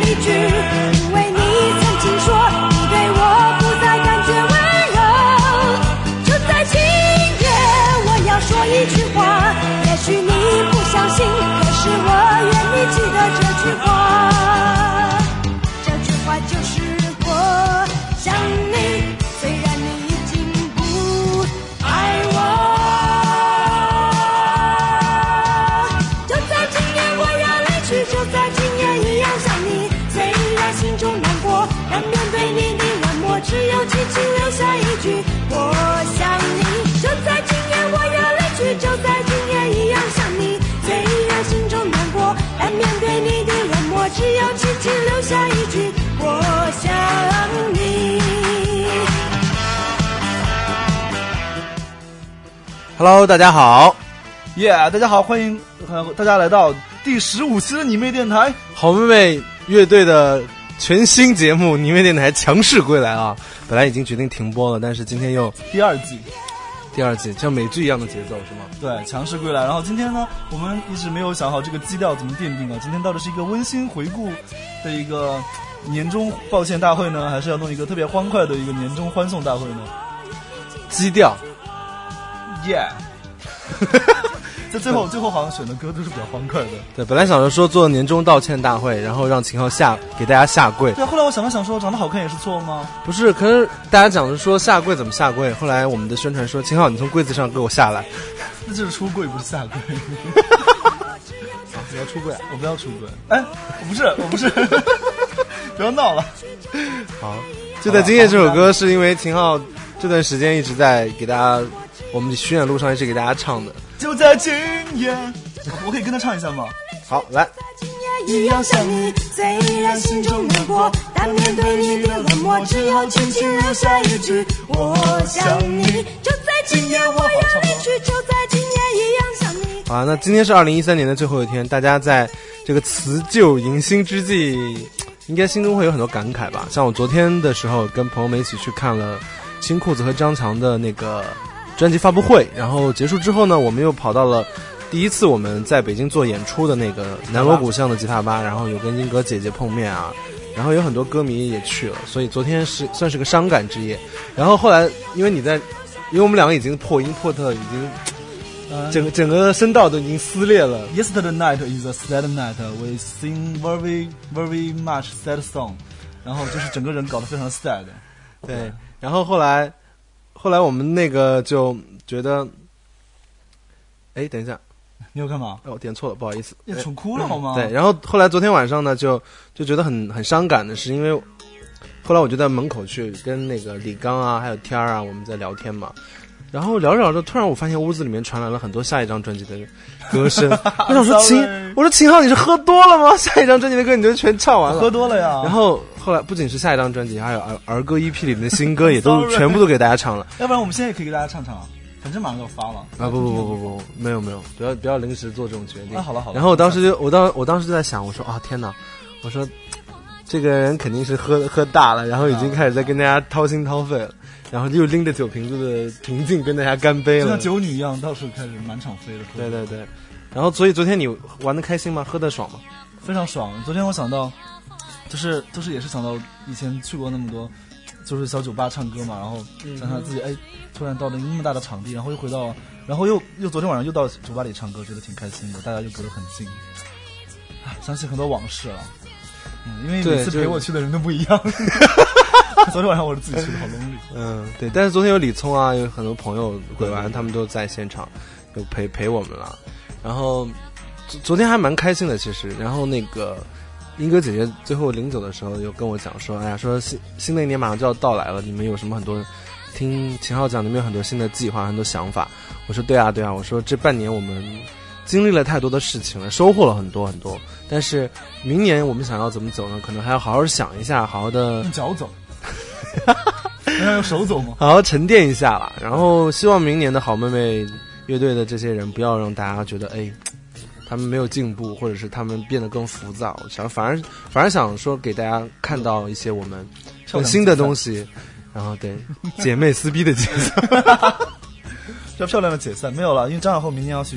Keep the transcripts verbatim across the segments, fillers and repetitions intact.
一句，因为你曾经说你对我不再感觉温柔。就在今夜，我要说一句话，也许你不相信，可是我愿你记得这句话。这句话就是我想你，虽然你已经不爱我。就在今夜我要离去，就在今夜一样想你，虽然心中难过，但面对你的冷漠，只有轻轻留下一句我想你。就在今夜我要离去，就在今夜一样想你，虽然心中难过，但面对你的冷漠，只有轻轻留下一句我想你。 Hello， 大家好， 耶、yeah, 大家好，欢迎大家来到第十五期的你妹电台， 好妹妹乐队的全新节目《你妹电台》强势归来啊！本来已经决定停播了，但是今天又第二季， 第二季像美剧一样的节奏是吗？ 对，强势归来。然后今天呢，我们一直没有想好这个基调怎么奠定啊。今天到底是一个温馨回顾的一个年终抱歉大会呢，还是要弄一个特别欢快的一个年终欢送大会呢？ 基调， 耶、yeah. 在最后最后好像选的歌都是比较欢快的。 对，本来想着说做年终道歉大会，然后让秦昊下给大家下跪。 对，后来我想了想说，长得好看也是错吗？ 不是，可是大家讲着说下跪怎么下跪，后来我们的宣传说，秦昊你从柜子上给我下来。 那就是出柜，不是下跪。 啊，你要出柜啊？ 我不要出柜。哎，我不是，我不是。不要闹了。 好，就在今夜这首歌是因为秦昊这段时间一直在给大家，我们巡演路上一直给大家唱的。 就在今夜，我可以跟他唱一下吗？ 好，来。 一样想你，虽然心中难过，但面对你的冷漠，只有轻轻留下一句我想你。就在今夜我要离去，就在今夜一样想你。 好，那今天是二零一三年的最后一天，大家在这个辞旧迎新之际，应该心中会有很多感慨吧。像我昨天的时候跟朋友们一起去看了新裤子和张强的那个专辑发布会，然后结束之后呢，我们又跑到了第一次我们在北京做演出的那个南锣鼓巷的吉他吧，然后有跟英格姐姐碰面啊，然后有很多歌迷也去了，所以昨天是算是个伤感之夜。然后后来因为你在，因为我们两个已经破音破特，已经整个整个声道都已经撕裂了。 Yesterday night is a sad night. We sing very very much sad song. 然后就是整个人搞得非常 sad。 对，然后后来后来我们那个就觉得，哎，等一下。 你有干嘛？ 哦，点错了，不好意思。 也宠哭了好吗？ 对，然后后来昨天晚上呢，就就觉得很很伤感的是，因为后来我就在门口去跟那个李刚啊，还有天儿啊，我们在聊天嘛。然后聊着聊着，突然我发现屋子里面传来了很多下一张专辑的歌声。我想说秦，我说秦昊你是喝多了吗？下一张专辑的歌你就全唱完了？ 喝多了呀。 然后后来不仅是下一张专辑，还有儿儿歌 E P 里面的新歌也都全部都给大家唱了。 要不然我们现在也可以给大家唱唱啊。反正马上要发了啊！不不不不不，没有没有，不要不要临时做这种决定。 啊，好了好了。 然后我当时就我当我当时就在想，我说啊天哪，我说这个人肯定是喝喝大了，然后已经开始在跟大家掏心掏肺了，然后又拎着酒瓶子的瓶颈跟大家干杯了， 就像酒女一样，到处开始满场飞了。 对对对。然后所以昨天你玩得开心吗？喝得爽吗？ 非常爽。昨天我想到，就是就是也是想到以前去过那么多。就是小酒吧唱歌嘛，然后想想自己哎，突然到了那么大的场地，然后又回到，然后又又昨天晚上又到酒吧里唱歌，觉得挺开心的，大家又隔得很近，啊，想起很多往事了。嗯，因为每次陪我去的人都不一样。昨天晚上我是自己去的，好 lonely。 嗯，对，但是昨天有李聪啊，有很多朋友鬼玩，他们都在现场，有陪陪我们了。然后昨天还蛮开心的，其实。然后那个。英哥姐姐最后临走的时候有跟我讲说，哎呀，说新新的一年马上就要到来了，你们有什么很多听秦昊讲，你们有很多新的计划，很多想法。我说对啊对啊，我说这半年我们经历了太多的事情了，收获了很多很多，但是明年我们想要怎么走呢？可能还要好好想一下，好好的用脚走，要用手走吗？ 好好沉淀一下啦。然后希望明年的好妹妹乐队的这些人不要让大家觉得哎。他们没有进步，或者是他们变得更浮躁，想反而反而想说给大家看到一些我们更新的东西，然后对姐妹撕逼的节奏， 这漂亮的解散没有了，因为张小厚明年要去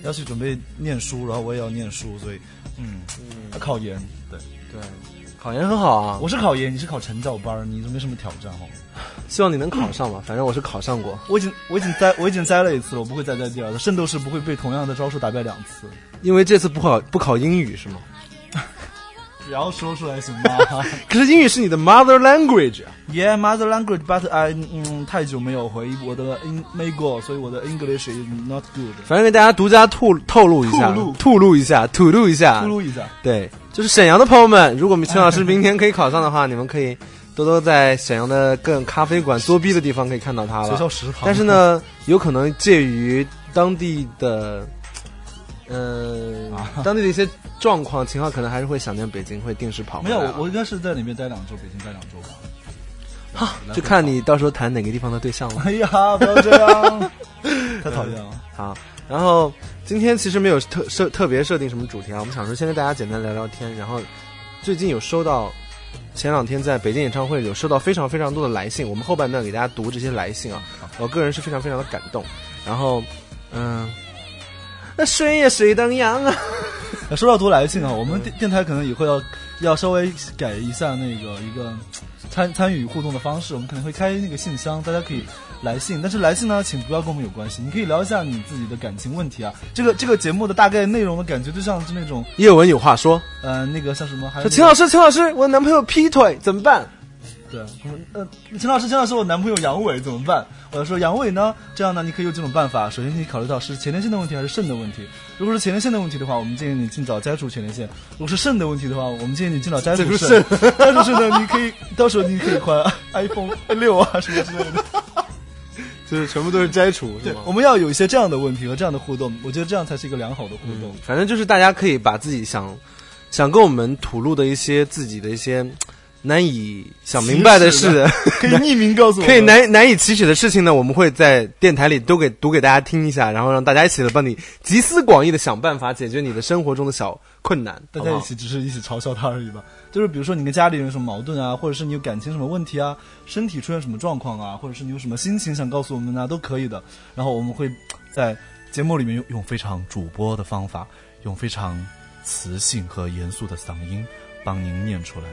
要去准备念书，然后我也要念书，所以嗯，嗯考研，对对，考研很好啊。 我是考研，你是考成教班，你都没什么挑战哈。 希望你能考上吧，反正我是考上过。 我已经我已经栽我已经栽了一次了，我不会再栽第二次。圣斗士不会被同样的招数打败两次， 因为这次不考不考英语是吗？ 不要说出来行吗？ 可是英语是你的 mother language 啊。 Yeah, mother language, but I 嗯太久没有回我的英美国，所以我的 English is not good。 反正给大家独家透透露一下， 吐露吐露一下，吐露一下， 吐露一下。 对，就是沈阳的朋友们，如果我们秦老师明天可以考上的话，你们可以多多在沈阳的各种咖啡馆作逼的地方可以看到他了。 学校食堂。 但是呢，有可能介于当地的。嗯、呃啊，当地的一些状况情况，可能还是会想念北京，会定时跑回来。 没有，我我应该是在里面待两周，北京待两周吧。 好，就看你到时候谈哪个地方的对象了。 哎呀，不要这样，太讨厌了。 好，然后今天其实没有特设特别设定什么主题啊，我们想说先跟大家简单聊聊天。然后最近有收到前两天在北京演唱会有收到非常非常多的来信，我们后半段给大家读这些来信啊，我个人是非常非常的感动。然后，嗯。那水也水当阳啊！ 说到读来信啊，我们电电台可能以后要要稍微改一下那个一个参参与互动的方式，我们可能会开那个信箱，大家可以来信。但是来信呢，请不要跟我们有关系，你可以聊一下你自己的感情问题啊。这个这个节目的大概内容的感觉就像是那种叶文有话说， 呃，那个像什么？还有、 那个、秦老师，秦老师，我男朋友劈腿怎么办？ 对，呃，秦老师，秦老师，我男朋友阳痿怎么办？我要说阳痿呢，这样呢，你可以有几种办法。首先，你考虑到是前列腺的问题还是肾的问题。如果是前列腺的问题的话，我们建议你尽早摘除前列腺；如果是肾的问题的话，我们建议你尽早摘除肾。摘除肾呢，你可以到时候你可以换 iPhone 六啊什么之类的， 就是全部都是摘除，是吗？ 对，我们要有一些这样的问题和这样的互动，我觉得这样才是一个良好的互动。 嗯、反正就是大家可以把自己想想跟我们吐露的一些自己的一些。难以想明白的事， 可以匿名告诉我们， 可以难难以启齿的事情呢，我们会在电台里都给读给大家听一下，然后让大家一起来帮你集思广益的想办法解决你的生活中的小困难。 大家一起只是一起嘲笑他而已吧。就是比如说你跟家里人有什么矛盾啊，或者是你有感情什么问题啊，身体出现什么状况啊，或者是你有什么心情想告诉我们啊，都可以的。然后我们会在节目里面用用非常主播的方法，用非常磁性和严肃的嗓音帮您念出来。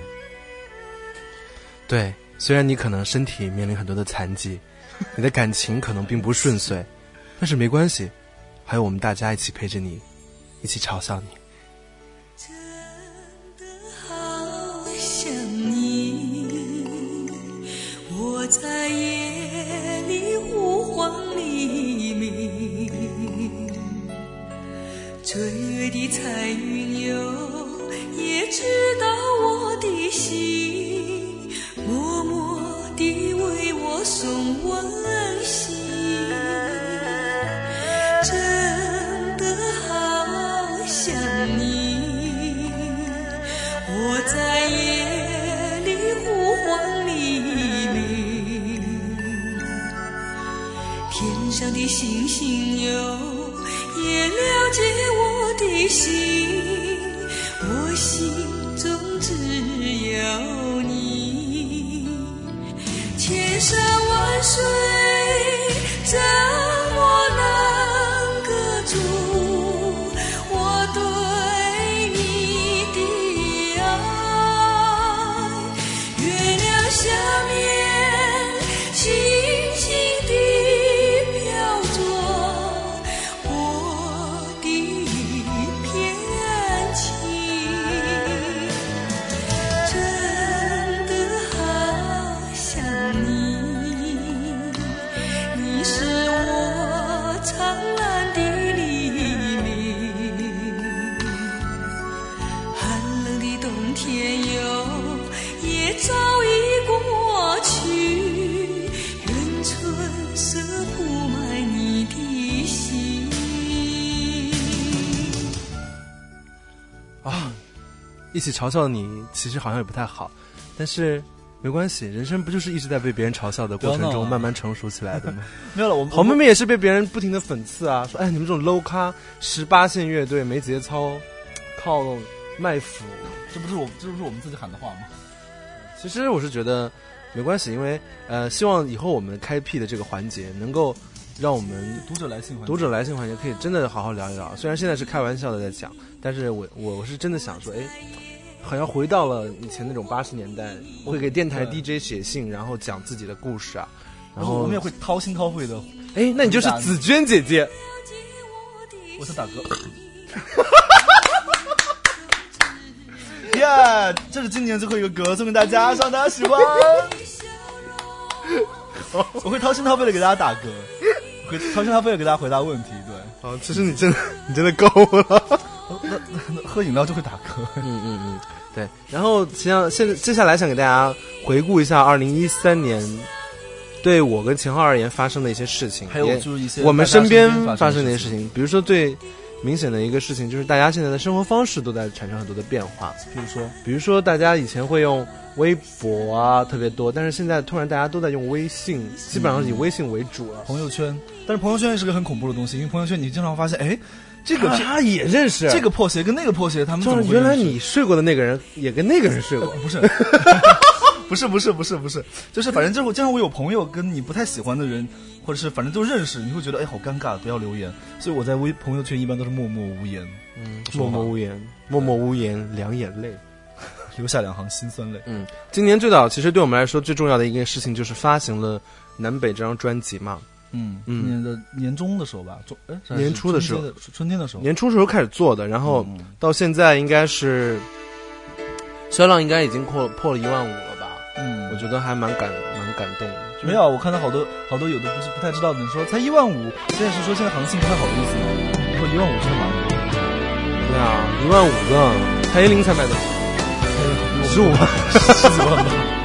对，虽然你可能身体面临很多的残疾，你的感情可能并不顺遂，但是没关系，还有我们大家一起陪着你，一起嘲笑你。 真的好想你，我在夜里呼唤黎明，追的彩云哟，也知道我的心。默默地为我送温馨，真的好想你，我在夜里呼唤黎明，天上的星星哟，也了解我的心，我心中只有你。千山万水怎么能隔住我对你的爱？月亮下面轻轻地飘着我的一片情，真的好想你，你是我灿烂的黎明，寒冷的冬天哟，也早已过去，愿春色铺满你的心。 啊，一起嘲笑你，其实好像也不太好，但是。没关系，人生不就是一直在被别人嘲笑的过程中慢慢成熟起来的吗？ 没有了，我们好妹妹也是被别人不停的讽刺啊，说哎你们这种 low 咖十八线乐队没节操，靠卖腐， 这不是我这不是我们自己喊的话吗？ 其实我是觉得没关系，因为呃希望以后我们开辟的这个环节能够让我们读者来信环节， 读者来信环节可以真的好好聊一聊。虽然现在是开玩笑的在讲，但是我我我是真的想说，哎，好像回到了以前那种八十年代，会给电台 D J 写信，然后讲自己的故事啊。然后我们也会掏心掏肺的。 哎，那你就是紫娟姐姐。 我是大哥。耶、yeah, 这是今年最后一个歌，送给大家，希望大家喜欢。我会掏心掏肺的给大家打歌，会掏心掏肺的给大家回答问题。对， 哦，其实你真的你真的够了。 那那那喝饮料就会打歌。 嗯嗯嗯，对。然后实际上现在接下来想给大家回顾一下二零一三年对我跟秦昊而言发生的一些事情， 还有就是一些我们身边发生的一些事情，比如说最明显的一个事情就是大家现在的生活方式都在产生很多的变化。 比如说比如说大家以前会用微博啊特别多，但是现在突然大家都在用微信，基本上以微信为主了。 朋友圈，但是朋友圈也是个很恐怖的东西，因为朋友圈你经常发现，哎，这个他也认识这个破鞋跟那个破鞋，他们怎么会认识？ 原来你睡过的那个人也跟那个人睡过？ 呃、不是。不是不是不是不是，就是反正就是经常我有朋友跟你不太喜欢的人，或者是反正就认识，你会觉得哎好尴尬，不要留言。所以我在微朋友圈一般都是默默无言， 嗯，默默无言，默默无言，两眼泪， 留下两行辛酸泪。 嗯，今年最早其实对我们来说最重要的一件事情就是发行了南北这张专辑嘛。 嗯，今年的年中的时候吧，中哎年初的时候， 春天的时候， 年初时候开始做的，然后到现在应该是销量应该已经破破了一万五了。嗯，我觉得还蛮感蛮感动的。 没有，我看到好多好多有的不是不太知道的人说才一万五，现在是说现在行情不太好的意思吗？说一万五真的蛮多。 对啊，一万五个，蔡依林才买的十五万， 十几万吧。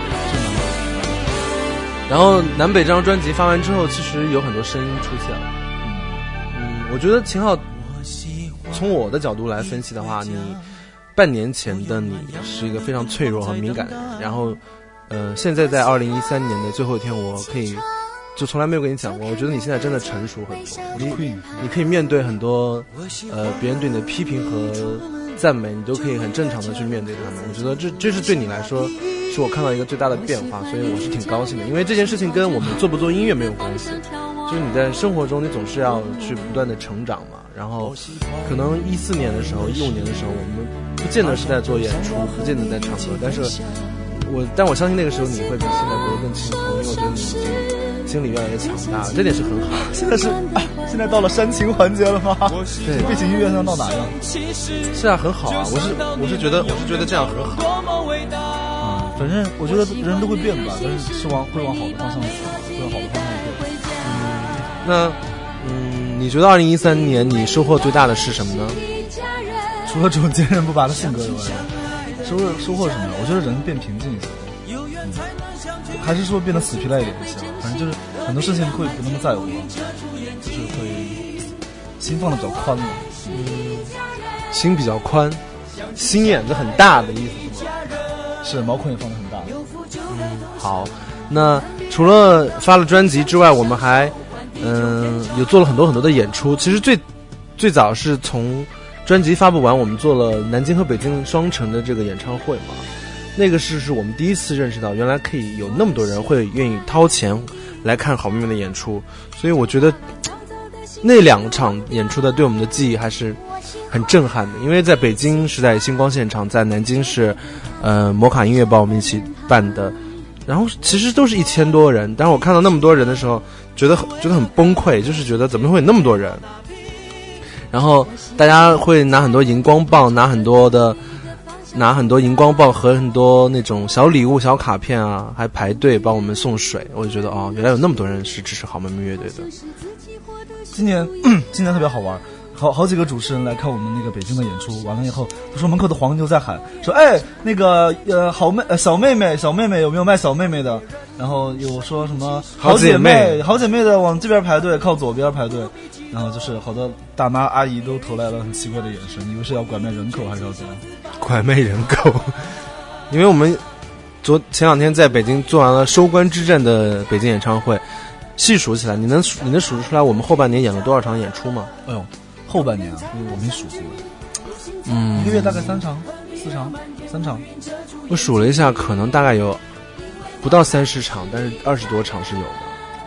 然后南北这张专辑发完之后，其实有很多声音出现了。嗯，我觉得秦昊从我的角度来分析的话，你半年前的你是一个非常脆弱和敏感的人，然后。呃，现在在二零一三年的最后一天，我可以就从来没有跟你讲过，我觉得你现在真的成熟很多，你你可以面对很多呃别人对你的批评和赞美，你都可以很正常的去面对他们。我觉得这这是对你来说是我看到一个最大的变化，所以我是挺高兴的。因为这件事情跟我们做不做音乐没有关系，就是你在生活中你总是要去不断的成长嘛。然后可能一四年的时候，一五年的时候，我们不见得是在做演出，不见得在唱歌，但是。我但我相信那个时候你会比现在过得更轻松，因为我觉得你已经心理越来越强大了，这点是很好。 现在是、啊、现在到了煽情环节了吗？ 对， 背景音乐上到哪样？ 是啊，很好啊，我是我是觉得我是觉得这样很好。 嗯，反正我觉得人都会变吧，但是是往会往好的方向走，会往好的方向变。 嗯，那嗯，你觉得二零一三年你收获最大的是什么呢？ 除了这种坚韧不拔的性格以外。收获收获什么？我觉得人变平静一些，嗯，还是说变得死皮赖脸一些。反正就是很多事情会不那么在乎，就是会心放的比较宽了。 嗯，心比较宽，心眼子很大的意思是吗？ 是，毛孔也放得很大。 嗯，好。那除了发了专辑之外，我们还嗯有做了很多很多的演出。其实最最早是从。专辑发布完，我们做了南京和北京双城的这个演唱会嘛，那个是是我们第一次认识到，原来可以有那么多人会愿意掏钱来看好妹妹的演出，所以我觉得那两场演出的对我们的记忆还是很震撼的。因为在北京是在星光现场，在南京是呃摩卡音乐报我们一起办的，然后其实都是一千多人，但是我看到那么多人的时候，觉得觉得很崩溃，就是觉得怎么会有那么多人。然后大家会拿很多荧光棒，拿很多的拿很多荧光棒和很多那种小礼物小卡片啊，还排队帮我们送水。我就觉得哦，原来有那么多人是支持好妹妹乐队的。 今年今年特别好玩，好好几个主持人来看我们那个北京的演出，完了以后他说门口的黄牛在喊说，哎，那个呃好妹呃小妹妹小妹妹有没有卖小妹妹的？然后有说什么好姐妹好姐妹的往这边排队，靠左边排队。然后就是好多大妈阿姨都投来了很奇怪的眼神，以为是要拐卖人口还是要怎样？ 拐卖人口，因为我们昨前两天在北京做完了收官之战的北京演唱会，细数起来，你能你能数出来我们后半年演了多少场演出吗？ 哎呦，后半年啊，嗯、我没数过。 嗯， 一个月大概三场、四场、三场。 我数了一下，可能大概有不到三十场，但是二十多场是有的。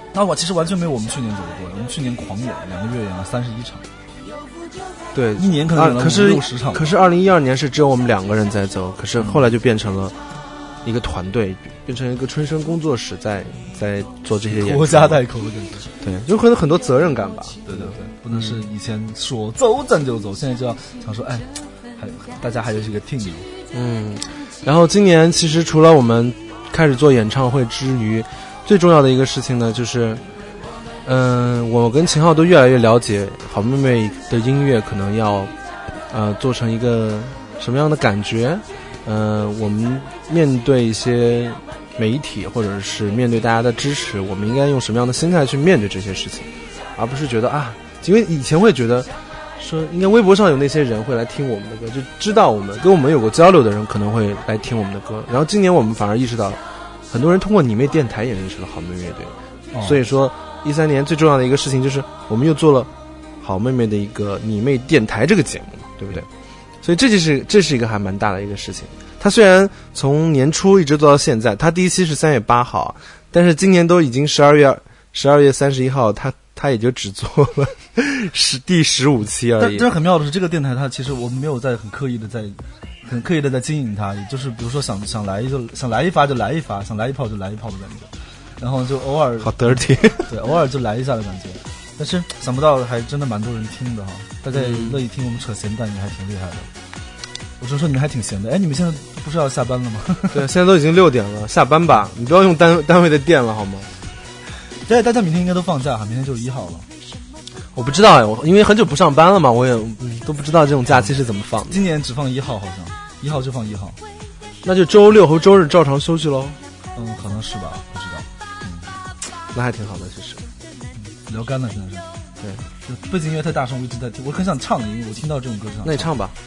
那我其实完全没有我们去年走的多，我们去年狂演，两个月演了三十一场。 对， 一年可能演了五六十场。 可是二零一二年是只有我们两个人在走，可是后来就变成了一个团队，变成一个春生工作室在在做这些演出， 拖家带口的感觉。 对，就可能很多责任感吧。 对对对，不能是以前说走咱就走，现在就要想说，哎，还大家还有这个 team。 嗯，然后今年其实除了我们开始做演唱会之余，最重要的一个事情呢，就是嗯、呃，我跟秦昊都越来越了解好妹妹的音乐可能要呃做成一个什么样的感觉。呃，我们面对一些媒体或者是面对大家的支持，我们应该用什么样的心态去面对这些事情，而不是觉得啊，因为以前会觉得说应该微博上有那些人会来听我们的歌，就知道我们跟我们有过交流的人可能会来听我们的歌，然后今年我们反而意识到很多人通过你妹电台也认识了好妹妹乐队、哦、所以说一三年最重要的一个事情就是我们又做了好妹妹的一个你妹电台这个节目，对不对？所以这就是这是一个还蛮大的一个事情。他虽然从年初一直做到现在，他第一期是三月八号，但是今年都已经十二月十二月三十一号，他他也就只做了十第十五期而已。 但是很妙的是，这个电台它其实我们没有在很刻意的在很刻意的在经营它，也就是比如说想想来一就想来一发就来一发，想来一炮就来一炮的感觉，然后就偶尔好 dirty， 对，偶尔就来一下的感觉。但是想不到还真的蛮多人听的哈，大家也乐意听我们扯闲淡，也还挺厉害的。我就说你们还挺闲的，哎，你们现在不是要下班了吗？ 对，现在都已经六点了，下班吧，你不要用单单位的电了好吗？ 对，大家明天应该都放假哈，明天就是一号了。 我不知道哎，我因为很久不上班了嘛，我也、嗯、都不知道这种假期是怎么放的。 今年只放一号，好像一号就放一号， 那就周六和周日照常休息喽。 嗯，可能是吧，不知道。嗯， 那还挺好的，其实。 嗯、聊干了，真的是。 对， 背景音乐太大声，我一直在听，我很想唱的，因为我听到这种歌就想唱。 那你唱吧。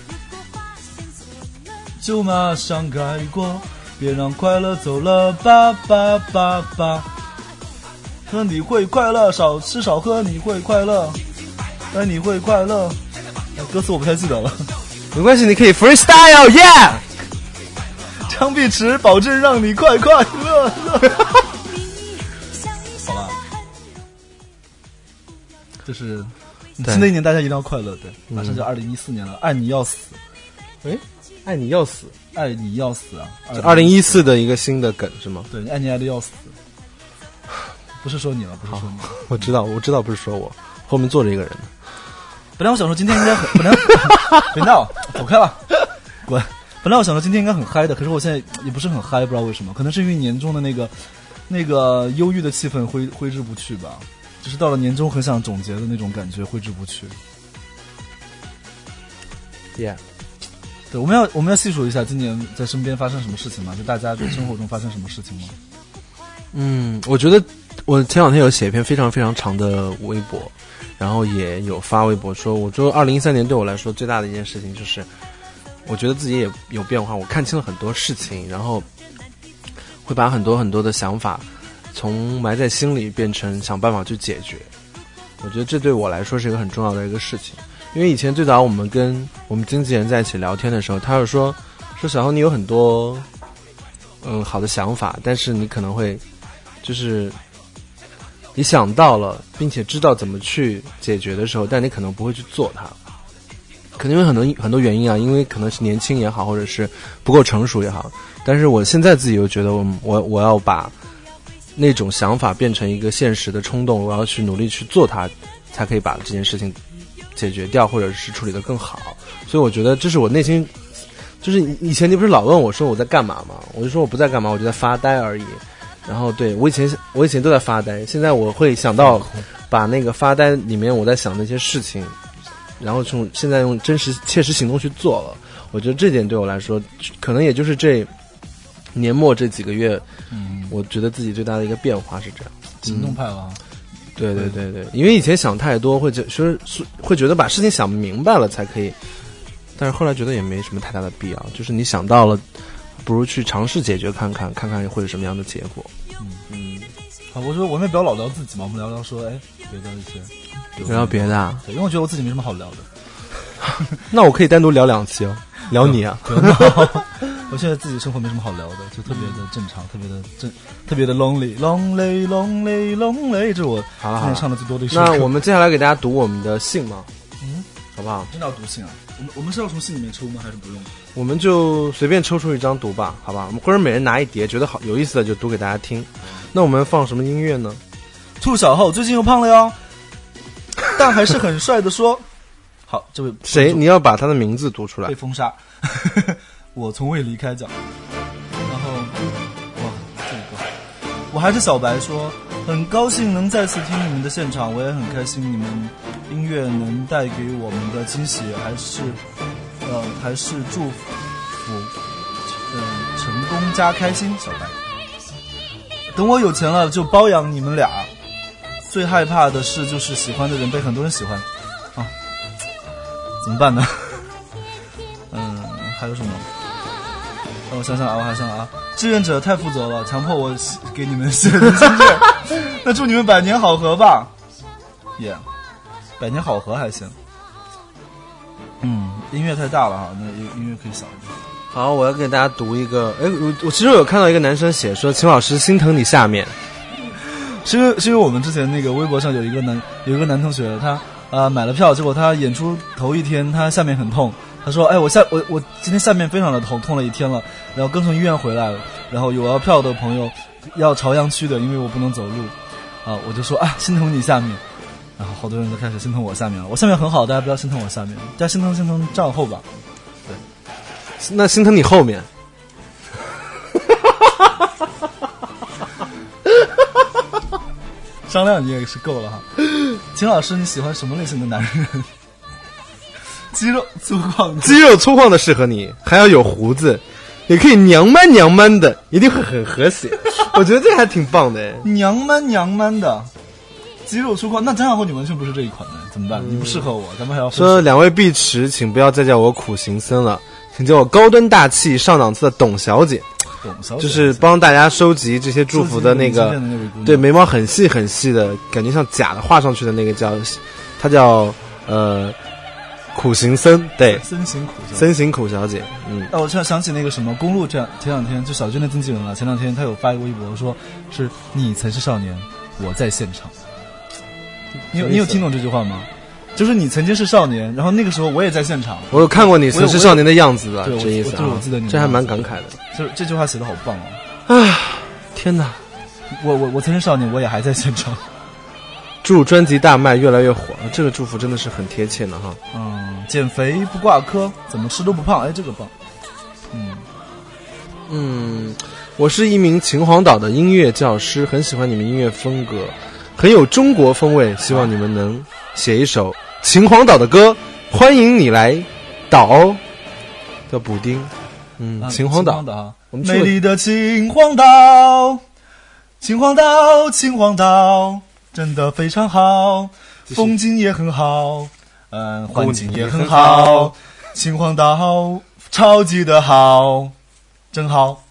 就马上改过，别让快乐走了吧吧吧吧。喝你会快乐，少吃少喝你会快乐，哎你会快乐。哎，歌词我不太记得了。 没关系，你可以 freestyle yeah。 枪毙池，保证让你快快乐乐。好吧，就是新的一年大家一定要快乐，对，马上就二零一四年了，爱你要死。 哎。爱你要死， 爱你要死啊！ 二零一四的一个新的梗是吗？ 对，爱你爱的要死，不是说你了，不是说你了。 我知道，我知道，不是说我，后面坐着一个人呢。 本来我想说今天应该很，本来别闹，走开了，滚！本来我想说今天应该很嗨的，可是我现在也不是很嗨，不知道为什么，可能是因为年终的那个那个忧郁的气氛挥挥之不去吧，就是到了年终很想总结的那种感觉挥之不去。 Yeah。 对，我们要我们要细数一下今年在身边发生什么事情吗？就大家在生活中发生什么事情吗？ 嗯，我觉得我前两天有写一篇非常非常长的微博，然后也有发微博说，我说二零一三年对我来说最大的一件事情就是，我觉得自己也有变化，我看清了很多事情，然后会把很多很多的想法从埋在心里变成想办法去解决。我觉得这对我来说是一个很重要的一个事情。因为以前最早我们跟我们经纪人在一起聊天的时候，他就说说小侯你有很多嗯好的想法，但是你可能会就是你想到了并且知道怎么去解决的时候，但你可能不会去做它，可能因为很多很多原因啊，因为可能是年轻也好，或者是不够成熟也好，但是我现在自己又觉得我我我要把那种想法变成一个现实的冲动，我要去努力去做它，才可以把这件事情解决掉，或者是处理得更好。所以我觉得这是我内心，就是以前你不是老问我说我在干嘛吗？我就说我不在干嘛，我就在发呆而已。然后对我以前我以前都在发呆，现在我会想到把那个发呆里面我在想那些事情，然后从现在用真实切实行动去做了。我觉得这点对我来说，可能也就是这年末这几个月，嗯，我觉得自己最大的一个变化是这样， 行动派了、啊。 对对对对，因为以前想太多，会觉说会觉得把事情想明白了才可以，但是后来觉得也没什么太大的必要，就是你想到了，不如去尝试解决看看，看看会有什么样的结果。 嗯嗯，好，我说我们也不要老聊自己嘛，我们聊聊说，哎，别的一些， 聊聊别的啊。 对，因为我觉得我自己没什么好聊的。 那我可以单独聊两期哦，聊你啊。 我现在自己生活没什么好聊的，就特别的正常，特别的正，特别的 lonely lonely lonely lonely， 这是我今年唱的最多的一首歌。 那我们接下来给大家读我们的信吗？ 嗯， 好不好？ 真的要读信啊？我们我们是要从信里面抽吗？还是不用？ 我们就随便抽出一张读吧，好吧？我们或者每人拿一叠，觉得好有意思的就读给大家听。那我们放什么音乐呢？ 兔小厚最近又胖了哟，但还是很帅的说。好，这位谁？你要把他的名字读出来。 被封杀。我从未离开奖。然后，哇，这个，我还是小白说，很高兴能再次听你们的现场，我也很开心你们音乐能带给我们的惊喜，还是，呃，还是祝福，嗯、呃，成功加开心，小白。等我有钱了就包养你们俩。最害怕的事就是喜欢的人被很多人喜欢，啊，怎么办呢？嗯，还有什么？让我想想啊，我还想啊，志愿者太负责了，强迫我给你们写人生卷。那祝你们百年好合吧，耶、yeah ，百年好合还行。嗯，音乐太大了哈，那音乐可以小一点。 好，我要给大家读一个。哎，我我其实有看到一个男生写说，秦老师心疼你下面。 是因为是因为我们之前那个微博上有一个男有一个男同学，他呃买了票，结果他演出头一天他下面很痛，他说哎我下我我今天下面非常的痛，痛了一天了，然后刚从医院回来了，然后有要票的朋友要朝阳区的，因为我不能走路啊，我就说啊心疼你下面，然后好多人都开始心疼我下面了，我下面很好，大家不要心疼我下面，大家心疼心疼账后吧，对， 那心疼你后面。 商量你也是够了哈。秦老师，你喜欢什么类型的男人？肌肉粗犷， 肌肉粗犷的适合你，还要有胡子，也可以娘man娘man的，一定会很和谐。我觉得这还挺棒的。 娘 man 娘 man 的，肌肉粗犷，那张小厚你完全不是这一款的，怎么办？嗯、你不适合我，咱们还要说两位碧池，请不要再叫我苦行僧了，请叫我高端大气上档次的董小姐。就是帮大家收集这些祝福的那个，对，眉毛很细很细的感觉像假的画上去的那个叫，她叫呃苦行僧，对， 森行苦森行苦小姐，嗯。 哦，我突然想起那个什么公路，这样前两天就小娟的经纪人了，前两天他有发一个微博说是你曾是少年，我在现场。你有你有听懂这句话吗？就是你曾经是少年，然后那个时候我也在现场。 我有看过你曾是少年的样子的， 这意思啊。 就是我记得你， 这还蛮感慨的。 就这句话写的好棒哦！啊，天哪！ 我我我曾经少年，我也还在现场。 祝专辑大卖，越来越火。这个祝福真的是很贴切的哈。 嗯，减肥不挂科，怎么吃都不胖。哎，这个棒。嗯嗯，我是一名秦皇岛的音乐教师，很喜欢你们音乐风格，很有中国风味，希望你们能写一首秦皇岛的歌，欢迎你来岛，叫补丁。嗯， 啊、 秦皇岛， 秦皇岛我们美丽的秦皇岛，秦皇岛，秦皇岛，真的非常好，风景也很好，嗯，环境也很好，秦皇岛超级的好，真好。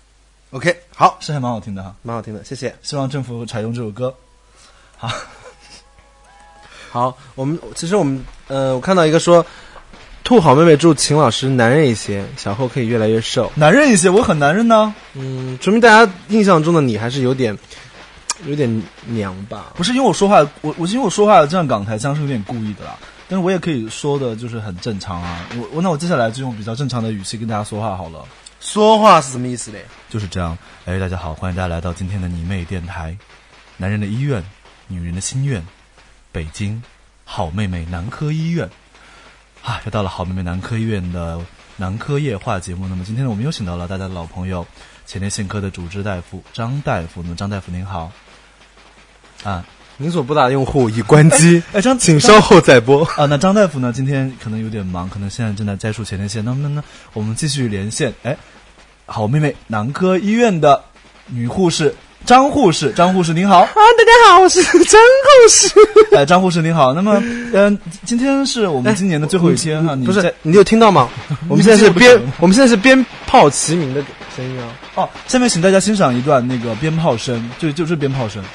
OK， 好， 是还蛮好听的哈， 蛮好听的，谢谢。 希望政府采用这首歌。好。 好，我们其实我们呃，我看到一个说，兔好妹妹祝秦老师男人一些，小后可以越来越瘦。 男人一些，我很男人呢。 嗯，说明大家印象中的你还是有点，有点娘吧？ 不是因为我说话，我我因为我说话这样港台腔是有点故意的啦，但是我也可以说的就是很正常啊。我我那我接下来就用比较正常的语气跟大家说话好了。 说话是什么意思嘞？ 就是这样。哎，大家好，欢迎大家来到今天的你妹电台，男人的医院，女人的心愿。北京好妹妹男科医院啊，又到了好妹妹男科医院的男科夜话节目。那么今天呢，我们又请到了大家的老朋友前列腺科的主治大夫张大夫。那么张大夫您好啊， 您所拨打的用户已关机， 哎，张， 请稍后再拨啊。那张大夫呢，今天可能有点忙，可能现在正在摘除前列腺。那么呢，我们继续连线。哎，好妹妹男科医院的女护士。张护士，张护士您好啊！ 大家好，我是张护士。 哎，张护士您好。那么，嗯、呃，今天是我们今年的最后一天哈、哎。 不是，你有听到吗？我们现在是鞭，我们现在是鞭炮齐鸣的声音啊。 哦，下面请大家欣赏一段那个鞭炮声，就就是鞭炮声。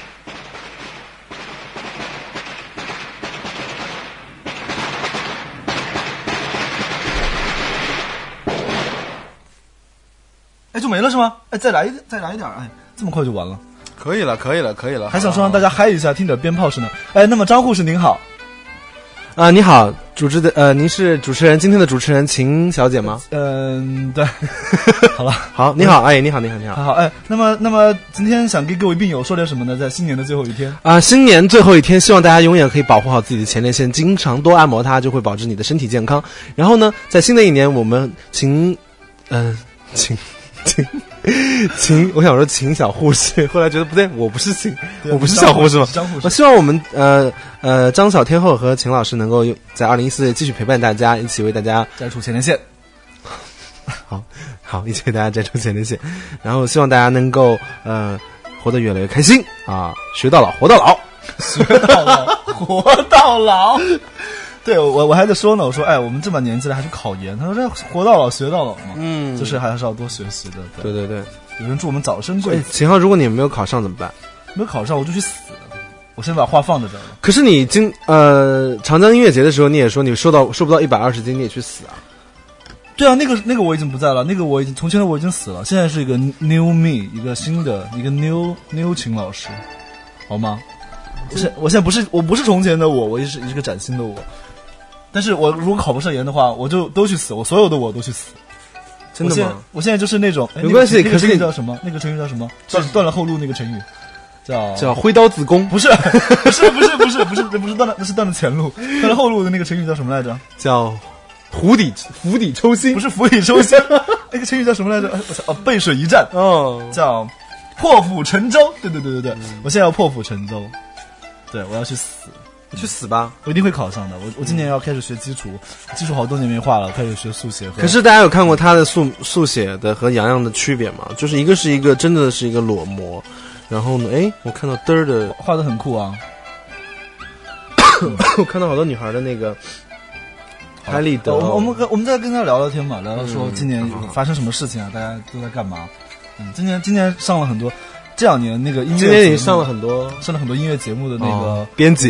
哎，就没了是吗？哎，再来一再来一点，哎，这么快就完了。 可以了，可以了，可以了。 还想说让大家嗨一下，听点鞭炮声呢。哎，那么张护士您好。 啊、呃，你好，主持的呃，您是主持人，今天的主持人秦小姐吗？ 嗯，对。好了， 好，你好，哎，你好，你好，你好， 好，哎，那么，那么今天想跟各位病友说点什么呢？在新年的最后一天啊、呃，新年最后一天，希望大家永远可以保护好自己的前列腺，经常多按摩它，就会保持你的身体健康。然后呢，在新的一年，我们秦，嗯、呃，秦。秦秦，我想说秦小护士，后来觉得不对，我不是秦，我不是小护士吗？ 张护士。 我希望我们呃呃张小天后和秦老师能够在二零一四继续陪伴大家，一起为大家摘除前列腺。 好好，一起为大家摘除前列腺，然后希望大家能够呃活得越来越开心啊，学到老，活到老， 学到老，活到老。对，我我还在说呢，我说，哎，我们这把年纪了还是考研，他说这活到老学到老嘛，嗯，就是还是要多学习的。 对对 对, 对， 有人祝我们早生贵子。 秦昊，如果你没有考上怎么办？ 没有考上我就去死，我先把话放在这儿了。 可是你今呃长江音乐节的时候，你也说你收到收不到一百二十斤，你也去死啊？ 对啊，那个那个我已经不在了，那个我已经从前的我已经死了，现在是一个 new me， 一个新的一个 new new 秦老师，好吗？我现我现在不是我不是从前的我，我也是一个崭新的我。但是我如果考不上研的话，我就都去死，我所有的我都去死。 真的吗？ 我现在，我现在就是那种没关系。 那个、 可是那个叫什么？那个成语叫什么？断断了后路那个成语，叫叫挥刀自宫。 不是，不是，不是，不是，不是，不是断了，那是断了前路。断了后路的那个成语叫什么来着？ 叫釜底釜底抽薪。 不是釜底抽薪，那个成语叫什么来着？我操！哦，背水一战。 哦， 叫破釜沉舟。对对对对对，嗯、我现在要破釜沉舟。对，我要去死。 你去死吧！ 我一定会考上的。我我今年要开始学基础，基础好多年没画了，开始学速写。 可是大家有看过他的速速写的和洋洋的区别吗？就是一个是一个真的是一个裸模，然后呢，哎，我看到嘚儿的画的很酷啊。 我看到好多女孩的那个拍立得。 我们我们我们再跟他聊聊天嘛，聊聊说今年发生什么事情啊，大家都在干嘛？嗯，今年今年上了很多。这两年那个音乐， 今年你上了很多， 上了很多音乐节目的那个、 哦、编辑，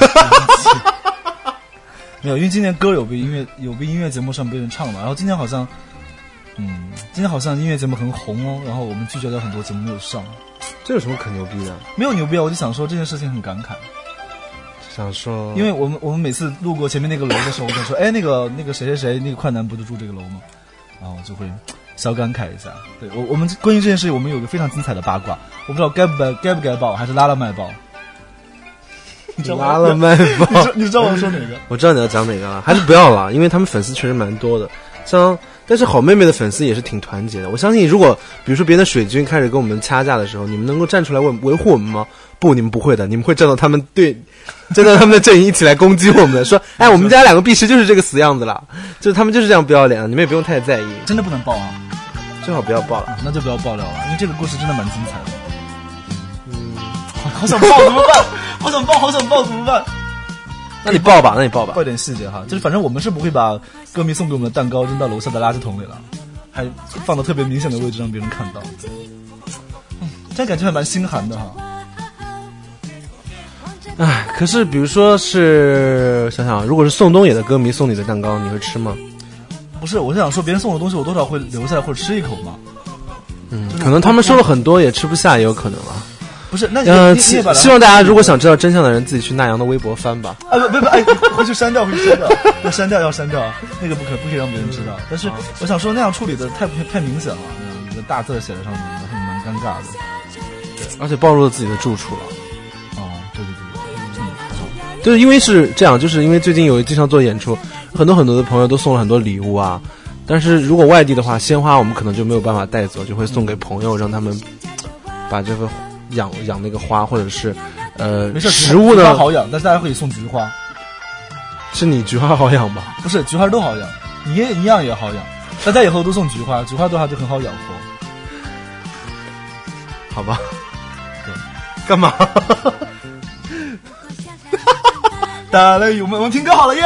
没有，因为今年歌有被音乐有被音乐节目上被人唱嘛，然后今年好像，嗯，今年好像音乐节目很红哦，然后我们拒绝了很多节目没有上， 这有什么可牛逼的？ 没有牛逼啊，我就想说这件事情很感慨， 想说， 因为我们我们每次路过前面那个楼的时候，我就说，哎，那个那个谁谁谁，那个快男不就住这个楼吗？然后我就会。小感慨一下，对我我们关于这件事，我们有个非常精彩的八卦，我不知道该不该该不该报，还是拉了卖报。 拉了卖报， 你知你知道我要说哪个？ 我知道你要讲哪个了，还是不要了，因为他们粉丝确实蛮多的。像但是好妹妹的粉丝也是挺团结的。我相信，如果比如说别的水军开始跟我们掐架的时候，你们能够站出来维维护我们吗？不，你们不会的，你们会站到他们对，站到他们的阵营一起来攻击我们，说，哎，我们家两个碧池就是这个死样子了，就是他们就是这样不要脸，你们也不用太在意。 真的不能报啊， 最好不要报了、 嗯，那就不要爆料了，因为这个故事真的蛮精彩的。嗯，好想报怎么办？好想报，好想报怎么办？ 那你报吧，那你报吧， 报点细节哈，就是反正我们是不会把歌迷送给我们的蛋糕扔到楼下的垃圾桶里了，还放到特别明显的位置让别人看到。嗯，这样感觉还蛮心寒的哈。 唉，可是比如说是想想，如果是宋冬野的歌迷送你的蛋糕，你会吃吗？ 不是，我是想说别人送我的东西，我多少会留下来或者吃一口嘛。 嗯，可能他们收了很多也吃不下，也有可能了。 不是，那你、 呃、 你你把希望大家如果想知道真相的人，自己去那阳的微博翻吧。 啊不不不，哎，回去删掉，回去删掉，要删掉，要删掉，那个不可不可以让别人知道。但是我想说那样处理的太太明显了，一个大字写在上面，还蛮尴尬的。 对，而且暴露了自己的住处了。 哦，对对对，嗯， 就是因为是这样，就是因为最近有经常做演出，很多很多的朋友都送了很多礼物啊。但是如果外地的话，鲜花我们可能就没有办法带走，就会送给朋友，让他们把这个养养那个花，或者是呃没事， 食物呢菊花好养，但是大家可以送菊花。 是你菊花好养吧？ 不是，菊花都好养，你也一样也好养。大家以后都送菊花，菊花的话就很好养活。 好吧？对，干嘛？ 打了我们我们听歌好了耶！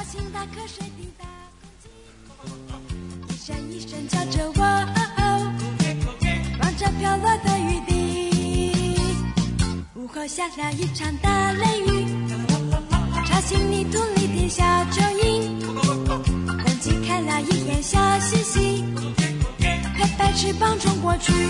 下了一场大雷雨，吵醒泥土里的小蚯蚓，空气看了一眼笑嘻嘻，快把在翅膀冲过去。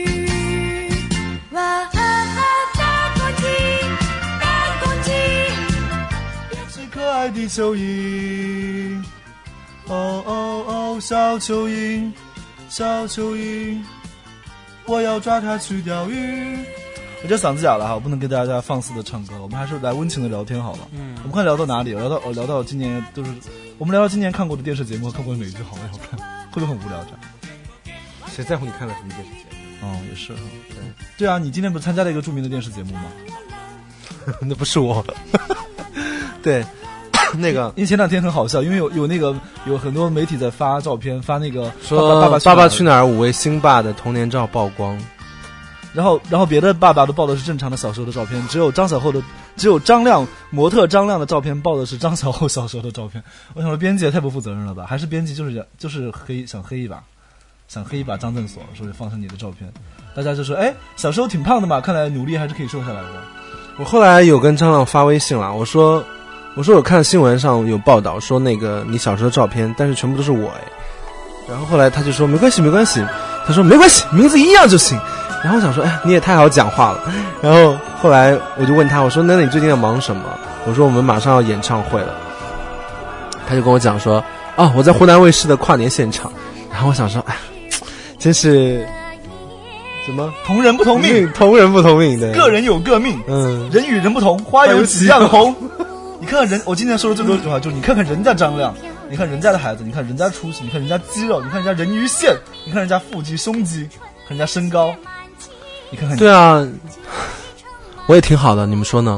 哇啊啊！大公鸡，大公鸡， 是可爱的蚯蚓。哦哦哦，小蚯蚓，小蚯蚓，我要抓它去钓鱼。我这嗓子哑了哈，我不能跟大家放肆的唱歌，我们还是来温情的聊天好了。嗯，我们看聊到哪里？聊到哦，聊到今年都是我们聊到今年看过的电视节目，看过哪一句好要看，会不会很无聊这样？ 谁在乎你看了什么电视节目？ 哦，也是。对对啊，你今天不是参加了一个著名的电视节目吗？ 那不是我。对，那个因为前两天很好笑，因为有有那个有很多媒体在发照片，发那个说爸爸爸爸去哪儿五位星爸的童年照曝光。 然后，然后别的爸爸都报的是正常的小时候的照片，只有张小厚的，只有张亮模特张亮的照片报的是张小厚小时候的照片。我想说，编辑也太不负责任了吧？还是编辑就是就是黑想黑一把，想黑一把张振所，所以放上你的照片，大家就说，哎，小时候挺胖的嘛，看来努力还是可以瘦下来的。 我后来有跟张亮发微信了，我说，我说我看新闻上有报道说那个你小时候的照片，但是全部都是我哎。然后后来他就说没关系没关系，他说没关系，名字一样就行。然后我想说，哎，你也太好讲话了。然后后来我就问他，我说，那你最近在忙什么？我说我们马上要演唱会了。他就跟我讲说，啊，我在湖南卫视的跨年现场。然后我想说，哎，真是什么同人不同命， 同人不同命的， 个人有个命，嗯，人与人不同，花有几样红。你看看人，我今天说的最多一句话就是，你看看人家张亮，你看人家的孩子，你看人家出息，你看人家肌肉，你看人家人鱼线，你看人家腹肌胸肌，看人家身高。你看看你， 对啊，我也挺好的，你们说呢？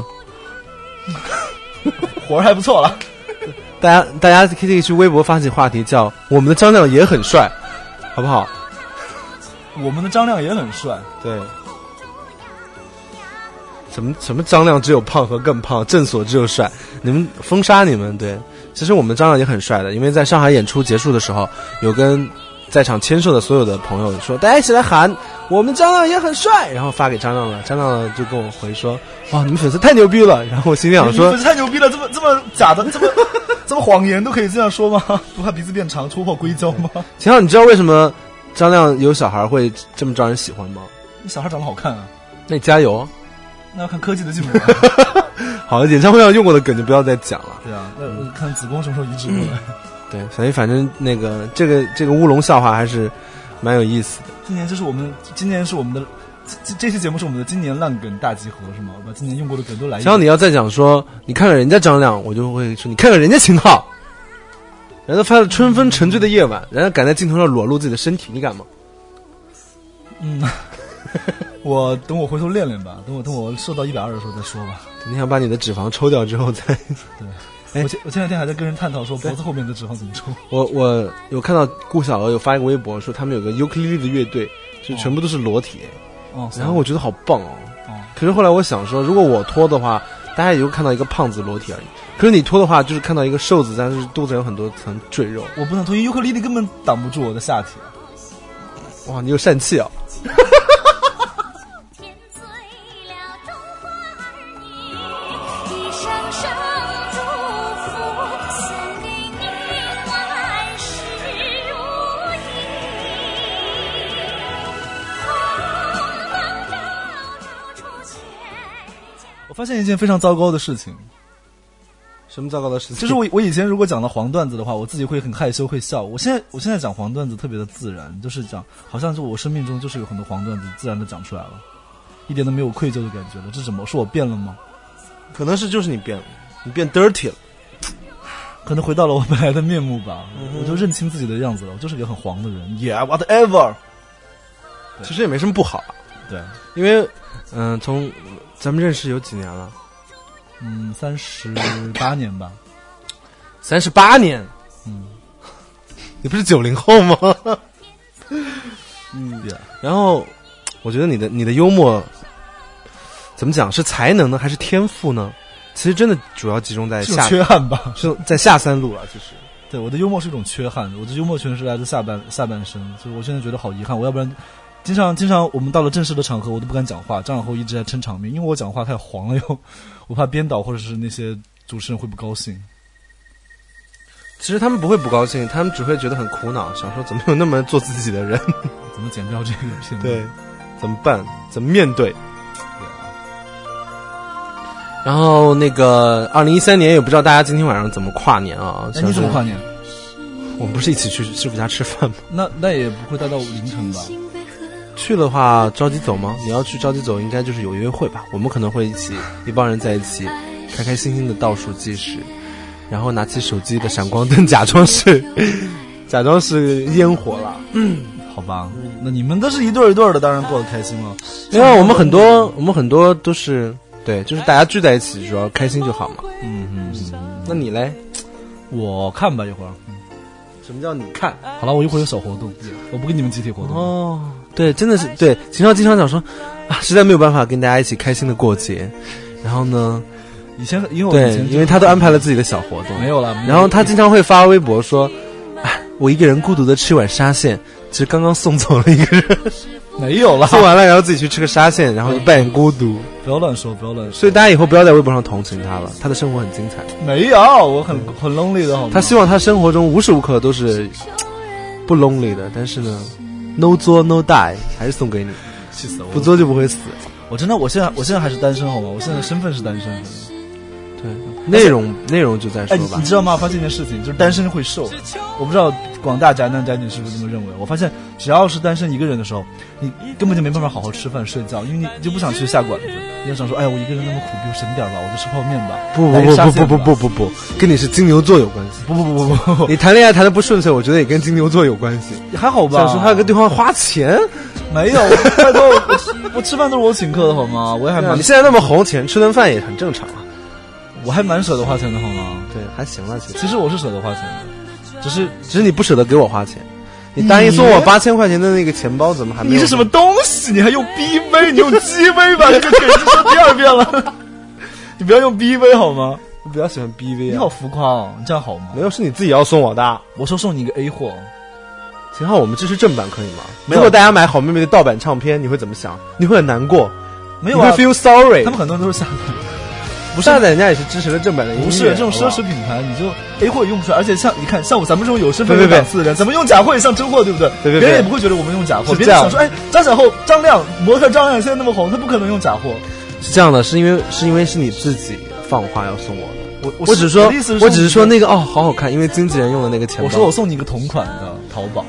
活儿还不错了。 大家大家可以去微博发起话题，叫我们的张亮也很帅，好不好？ 我们的张亮也很帅， 对。什么什么张亮只有胖和更胖，正所只有帅，你们封杀你们。对，其实我们张亮也很帅的，因为在上海演出结束的时候，有跟在场签售的所有的朋友说，大家一起来喊我们张亮也很帅，然后发给张亮了。张亮就跟我回说，哇，你们粉丝太牛逼了。然后我心里想说， 粉丝太牛逼了，这么这么假的，这么这么谎言都可以这样说吗？不怕鼻子变长戳破硅胶吗？ 秦昊，你知道为什么张亮有小孩会这么招人喜欢吗？ 你小孩长得好看啊， 那你加油。 那要看科技的进步、啊。 好，演唱会上用过的梗就不要再讲了。 对啊，那我看子宫什么时候移植过来。嗯、 对，所以反正那个这个这个乌龙笑话还是蛮有意思的。 今年就是我们，今年是我们的这这期节目是我们的今年烂梗大集合，是吗？我把今年用过的梗都来一遍。 只要你要再讲说，你看看人家张亮，我就会说你看看人家秦昊，人家发了春风沉醉的夜晚，人家敢在镜头上裸露自己的身体，你敢吗？ 嗯。我等我回头练练吧，等我等我瘦到一百二的时候再说吧。 你想把你的脂肪抽掉之后再对。哎、我前我前两天还在跟人探讨说脖子后面的脂肪怎么抽。 我我有看到顾小娥有发一个微博说他们有个尤克里里的乐队，就全部都是裸体。哦。然后我觉得好棒哦。哦。可是后来我想说，如果我脱的话，大家也就看到一个胖子裸体而已。可是你脱的话，就是看到一个瘦子，但是肚子有很多层赘肉。 我不能脱，因为尤克里里根本挡不住我的下体。 哇，你有疝气啊！ 我发现一件非常糟糕的事情。 什么糟糕的事情？ 就是我我以前如果讲到黄段子的话，我自己会很害羞会笑。我现在我现在讲黄段子特别的自然，就是讲好像是我生命中就是有很多黄段子自然的讲出来了，一点都没有愧疚的感觉了。这是什么？是我变了吗？ 可能是就是你变了，你变 dirty 了， 可能回到了我本来的面目吧。嗯、我就认清自己的样子了，我就是一个很黄的人。Yeah, whatever。 其实也没什么不好啊。 对， 因为嗯、呃，从咱们认识有几年了？ 嗯，三十八年吧。 三十八年。嗯，你不是九零后吗？嗯，对。然后，我觉得你的你的幽默怎么讲？是才能呢，还是天赋呢？其实真的主要集中在下缺憾吧， 是在下三路了。其实， 对，我的幽默是一种缺憾，我的幽默全是来自下半下半身，所以我现在觉得好遗憾。我要不然。经常经常我们到了正式的场合我都不敢讲话，张小厚一直在撑场面，因为我讲话太黄了又我怕编导或者是那些主持人会不高兴。 其实他们不会不高兴，他们只会觉得很苦恼，想说怎么有那么做自己的人。 怎么么剪掉这个片段？ 对，怎么办？怎么面对？然后那个二零一三年也不知道大家今天晚上怎么跨年啊？ 哎，你怎么跨年？ 我们不是一起去师傅家吃饭吗？ 那那也不会待到凌晨吧？ 去的话着急走吗？你要去着急走，应该就是有约会吧？我们可能会一起一帮人在一起，开开心心的倒数计时，然后拿起手机的闪光灯，假装是假装是烟火了。 嗯，好吧，那你们都是一对一对的，当然过得开心了。 因为我们很多我们很多都是对，就是大家聚在一起，主要开心就好嘛。 嗯嗯嗯。 那你嘞？ 我看吧，一会儿。 什么叫你看？ 好了，我一会儿有小活动，我不跟你们集体活动。 哦，对，真的是对。秦昊经常讲说，啊，实在没有办法跟大家一起开心的过节。然后呢， 以前因为我对以前， 因为他都安排了自己的小活动， 没有了。 然后他经常会发微博说，啊，我一个人孤独的吃碗沙县，其实刚刚送走了一个人， 没有了， 送完了然后自己去吃个沙县，然后就扮演孤独。 不要乱说，不要乱说。 所以大家以后不要在微博上同情他了，他的生活很精彩。 没有，我很很 lonely 的好吗？ 他希望他生活中无时无刻都是不 lonely 的，但是呢 ，no 作 no die 还是送给你， 气死我！ 不作就不会死。 我真的，我现在我现在还是单身好吗？我现在身份是单身。 对，内容内容就再说吧。 哎，你知道吗？发现一件事情，就是单身会瘦。我不知道广大宅男宅女是不是这么认为。我发现，只要是单身一个人的时候，你根本就没办法好好吃饭睡觉，因为你就不想去下馆子，你就想说，哎呀，我一个人那么苦，比我省点吧，我就吃泡面吧。 不不不不不不不不不，跟你是金牛座有关系。 不不不不不不， 你谈恋爱谈得不顺遂，我觉得也跟金牛座有关系。 还好吧？ 想说他要跟对方花钱。 没有，拜托我，我吃饭都是我请客的好吗？我也还蛮…… 你现在那么红，钱吃顿饭也很正常啊。 我还蛮舍得花钱的好吗？ 对，还行了。其实其实我是舍得花钱的，只是只是你不舍得给我花钱。你答应送我八千块钱的那个钱包，怎么还没有？ 你是什么东西？你还用 B V？ 你用 G V 吧？这个梗是说第二遍了。你不要用 B V 好吗？ 我比较喜欢 B V 啊。 你好浮夸哦，你这样好吗？ 没有，是你自己要送我的。 我说送你一个 A 货。 秦昊，我们支持正版可以吗？如果大家买好妹妹的盗版唱片，你会怎么想？你会很难过？ 没有啊， 你会 feel sorry。 他们很多人都是下载， 不是下载人家也是支持了正版的音乐。 不是这种奢侈品牌，你就 A 货也用不出来。而且像你看，像我咱们这种有身份有档次的人，怎么用假货也像真货，对不对？ 对对对， 别人也不会觉得我们用假货。 别人想说，哎，张小厚、张亮、模特张亮现在那么红，他不可能用假货。 是这样的，是因为是因为是你自己放话要送我的。 我我我只是说， 我只是说那个哦，好好看，因为经纪人用的那个钱包。 我说我送你一个同款的淘宝。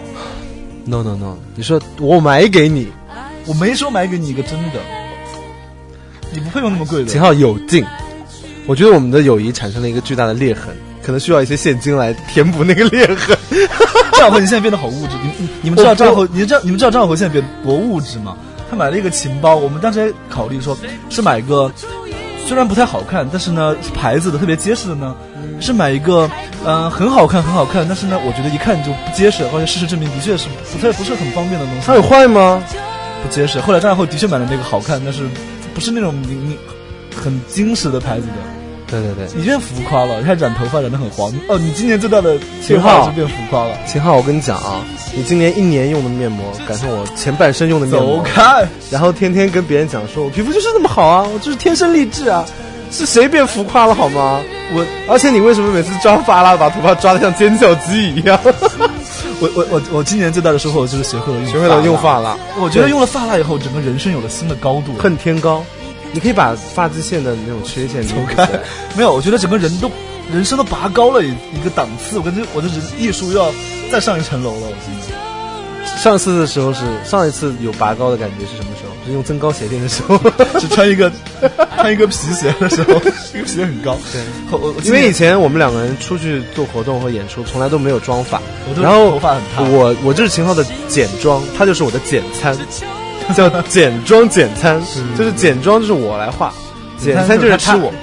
No no no！ 你说我买给你， 我没说买给你一个真的，你不配用那么贵的。 秦昊有劲，我觉得我们的友谊产生了一个巨大的裂痕，可能需要一些现金来填补那个裂痕。 张小侯，你现在变得好物质，你你你们知道张小侯，你知道你们知道张小侯现在变多物质吗？他买了一个琴包，我们当时还考虑说是买个虽然不太好看，但是呢牌子的特别结实的呢，是买一个嗯、呃、很好看很好看，但是呢我觉得一看就不结实，而且事实证明的确是不太不是很方便的东西。 它有坏吗？ 不结实。后来张小侯的确买了那个好看，但是不是那种你你很精实的牌子的。 对对对， 你变浮夸了，你还染头发染得很黄哦。你今年最大的秦昊是变浮夸了。 秦昊，我跟你讲啊，你今年一年用的面膜赶上我前半生用的面膜， 走开！ 然后天天跟别人讲说我皮肤就是那么好啊，我就是天生丽质啊，是谁变浮夸了好吗？我，而且你为什么每次抓发蜡把头发抓得像尖叫鸡一样？ 我我我我今年最大的收获就是学会了用学会了用发蜡。 我觉得用了发蜡以后，整个人生有了新的高度， 恨天高。你可以把发际线的那种缺陷走开。 没有，我觉得整个人都人生都拔高了一个档次。我感觉我的人艺术要再上一层楼了。我现在上次的时候是上一次有拔高的感觉是什么时候？是用增高鞋垫的时候， 是穿一个穿一个皮鞋的时候，这个皮鞋很高。 对， 我因为以前我们两个人出去做活动和演出，从来都没有妆发， 然后头发很塌。 我我就是秦昊的简妆，他就是我的简餐。叫简妆简餐，就是简妆就是我来画，简餐就是吃我，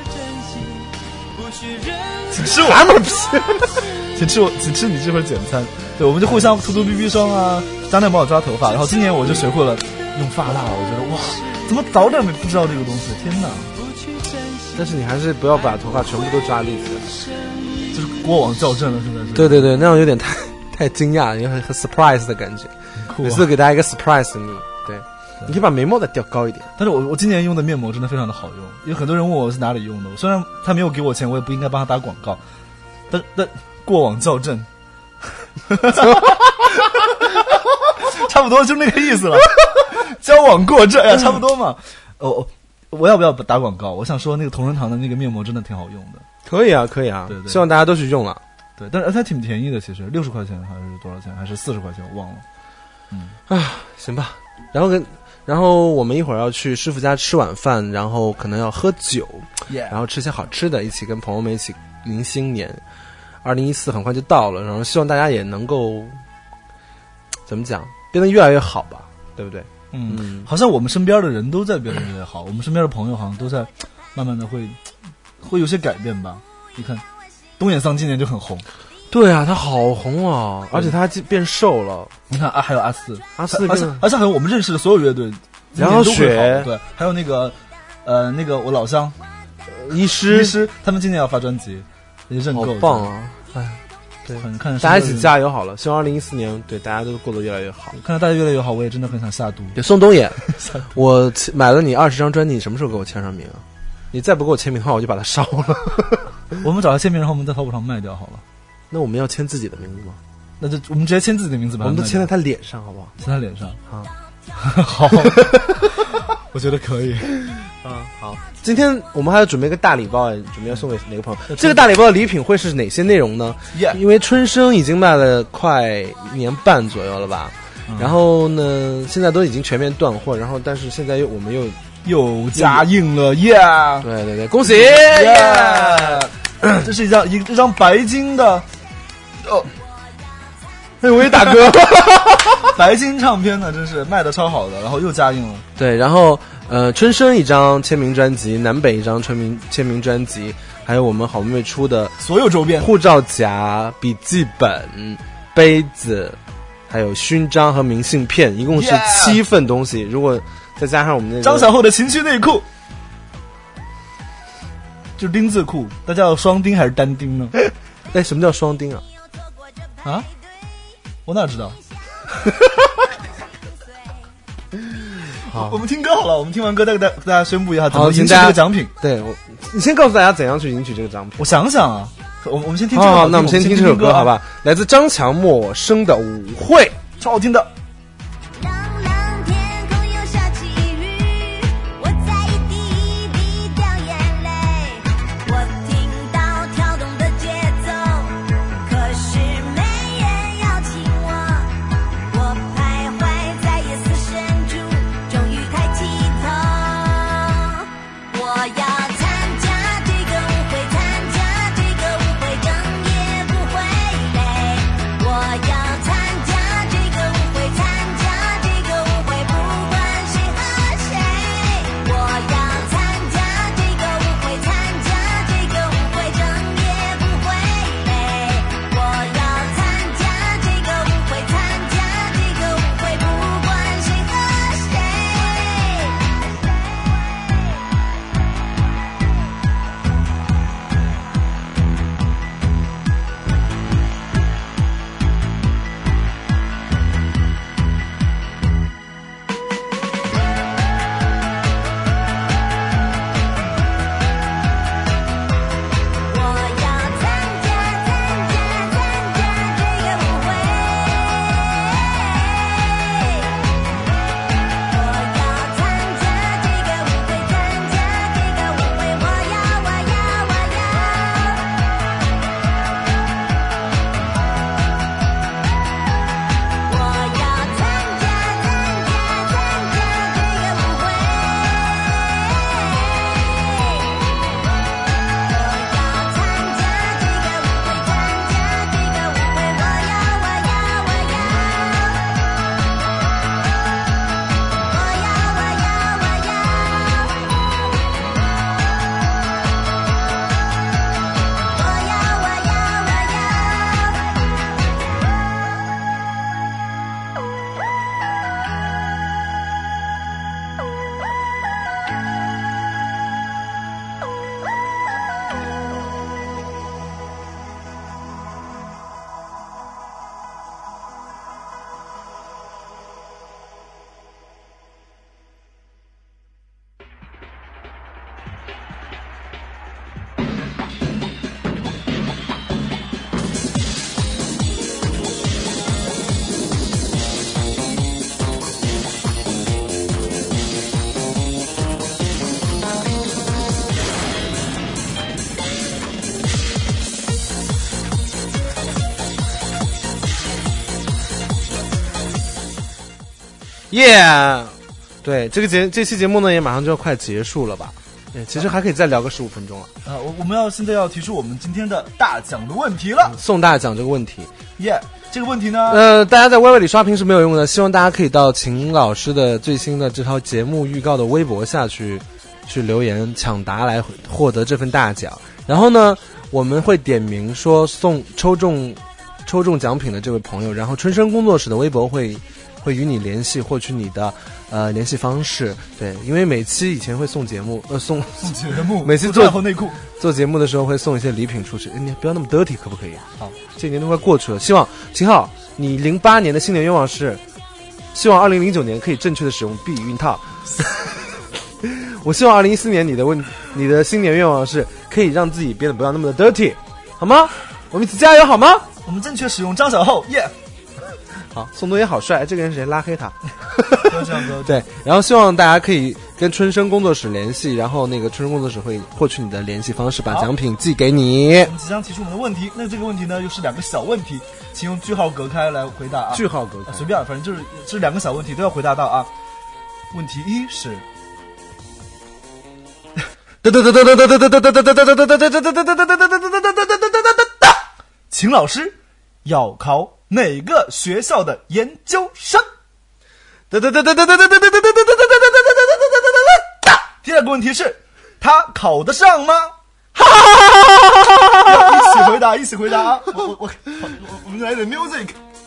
请吃我什么屁，请吃我，请吃你这份简餐。对，我们就互相涂涂 B B 霜啊，张亮帮我抓头发，然后今年我就学会了用发蜡，我觉得哇，怎么早点没不知道这个东西？天哪！ 但是你还是不要把头发全部都抓立起来， 就是过往校正了，是不是？ 对对对，那样有点太太惊讶，因为很很 surprise 的感觉， 酷啊、 每次给大家一个 surprise 你。对，你可以把眉毛再调高一点。 但是我我今年用的面膜真的非常的好用，因为很多人问我是哪里用的，虽然他没有给我钱，我也不应该帮他打广告，但但过往校正， 差不多就那个意思了。交往过正呀，差不多嘛。哦，我要不要打广告？我想说那个同仁堂的那个面膜真的挺好用的。 可以啊，可以啊， 对对， 希望大家都去用了。 对，但是它挺便宜的，其实六十块钱还是多少钱？还是四十块钱？我忘了。嗯啊，行吧。然后跟然后我们一会儿要去师傅家吃晚饭，然后可能要喝酒， yeah. 然后吃些好吃的，一起跟朋友们一起迎新年。二零一四很快就到了，然后希望大家也能够怎么讲，变得越来越好吧，对不对？ 嗯，嗯好像我们身边的人都在变得越来越好，我们身边的朋友好像都在慢慢的会会有些改变吧。你看，东野桑今年就很红。 对啊，他好红哦，而且他变瘦了。 你看啊，还有阿四， 阿四， 而且而且还有我们认识的所有乐队， 然后雪， 对，还有那个呃那个我老乡， 呃、医师， 医师，他们今年要发专辑，也认购， 好棒啊！哎，对， 看大家一起加油好了，希望二零一四年对大家都过得越来越好。 看到大家越来越好，我也真的很想下毒。 对，宋冬野，我买了你二十张专辑，你什么时候给我签上名啊？你再不给我签名的话，我就把它烧了。 我们找他签名，然后我们在淘宝上卖掉好了。 那我们要签自己的名字吗？ 那就我们直接签自己的名字吧。 我们都签在他脸上，好不好？ 签他脸上啊， 好，我觉得可以。 啊，好。今天我们还要准备一个大礼包，准备要送给哪个朋友？这个大礼包的礼品会是哪些内容呢？ Yeah. 因为春生已经卖了快一年半左右了吧，嗯、然后呢，现在都已经全面断货，然后但是现在又我们又又加印了，耶、yeah ！ 对对对，恭喜！ 耶、yeah ！这是一张一一张白金的。哦， 哎，我也打歌， 白金唱片呢，真是卖的超好的，然后又加印了。 对，然后呃，春生一张签名专辑，南北一张签名签名专辑，还有我们好妹妹出的所有周边， 护照夹、笔记本、杯子，还有勋章和明信片，一共是七份东西。Yeah! 如果再加上我们那个张小厚的情趣内裤，就丁字裤，大家要双丁还是单丁呢？ 哎，什么叫双丁啊？ 啊，我哪知道？ 好， 我们听歌好了，我们听完歌再给大大家宣布一下怎么赢取这个奖品。 对，我你先告诉大家怎样去赢取这个奖品。 我想想啊，我我们先听这个。 好，好，那我们先听这首歌，好吧？来自张强陌生的舞会， 超好听的。 我要参加这个舞会。 耶、yeah! 对，这个节这期节目呢也马上就要快结束了吧？对，其实还可以再聊个十五分钟了。 啊，我我们要现在要提出我们今天的大奖的问题了。 嗯、送大奖这个问题， 耶、yeah, 这个问题呢， 呃，大家在 Y Y 里刷屏是没有用的，希望大家可以到秦老师的最新的这套节目预告的微博下去去留言抢答来获得这份大奖。然后呢，我们会点名说送抽中抽中奖品的这位朋友，然后春生工作室的微博会会与你联系，获取你的呃联系方式。对，因为每期以前会送节目，呃送送节目， 每次做内裤做节目的时候会送一些礼品出去。你不要那么 dirty 可不可以？ 好， 这一年都快过去了，希望秦昊，你零八年的新年愿望是，希望二零零九年可以正确的使用避孕套。我希望二零一四年你的问你的新年愿望是可以让自己变得不要那么的 dirty， 好吗？我们一起加油好吗？ 我们正确使用张小厚，耶、yeah! 好，宋冬野好帅，这个人是谁？拉黑他。 不要这样，不要这样。 对，然后希望大家可以跟春生工作室联系，然后那个春生工作室会获取你的联系方式，把奖品寄给你。 我们即将提出我们的问题，那这个问题呢又是两个小问题，请用句号隔开来回答啊。 句号隔开， 啊、随便，反正就是这两个小问题都要回答到啊。问题一是。秦老师要考哪个学校的研究生？第二个问题是，他考得上吗？要一起回答，一起回答啊！我我我我我们来点 music。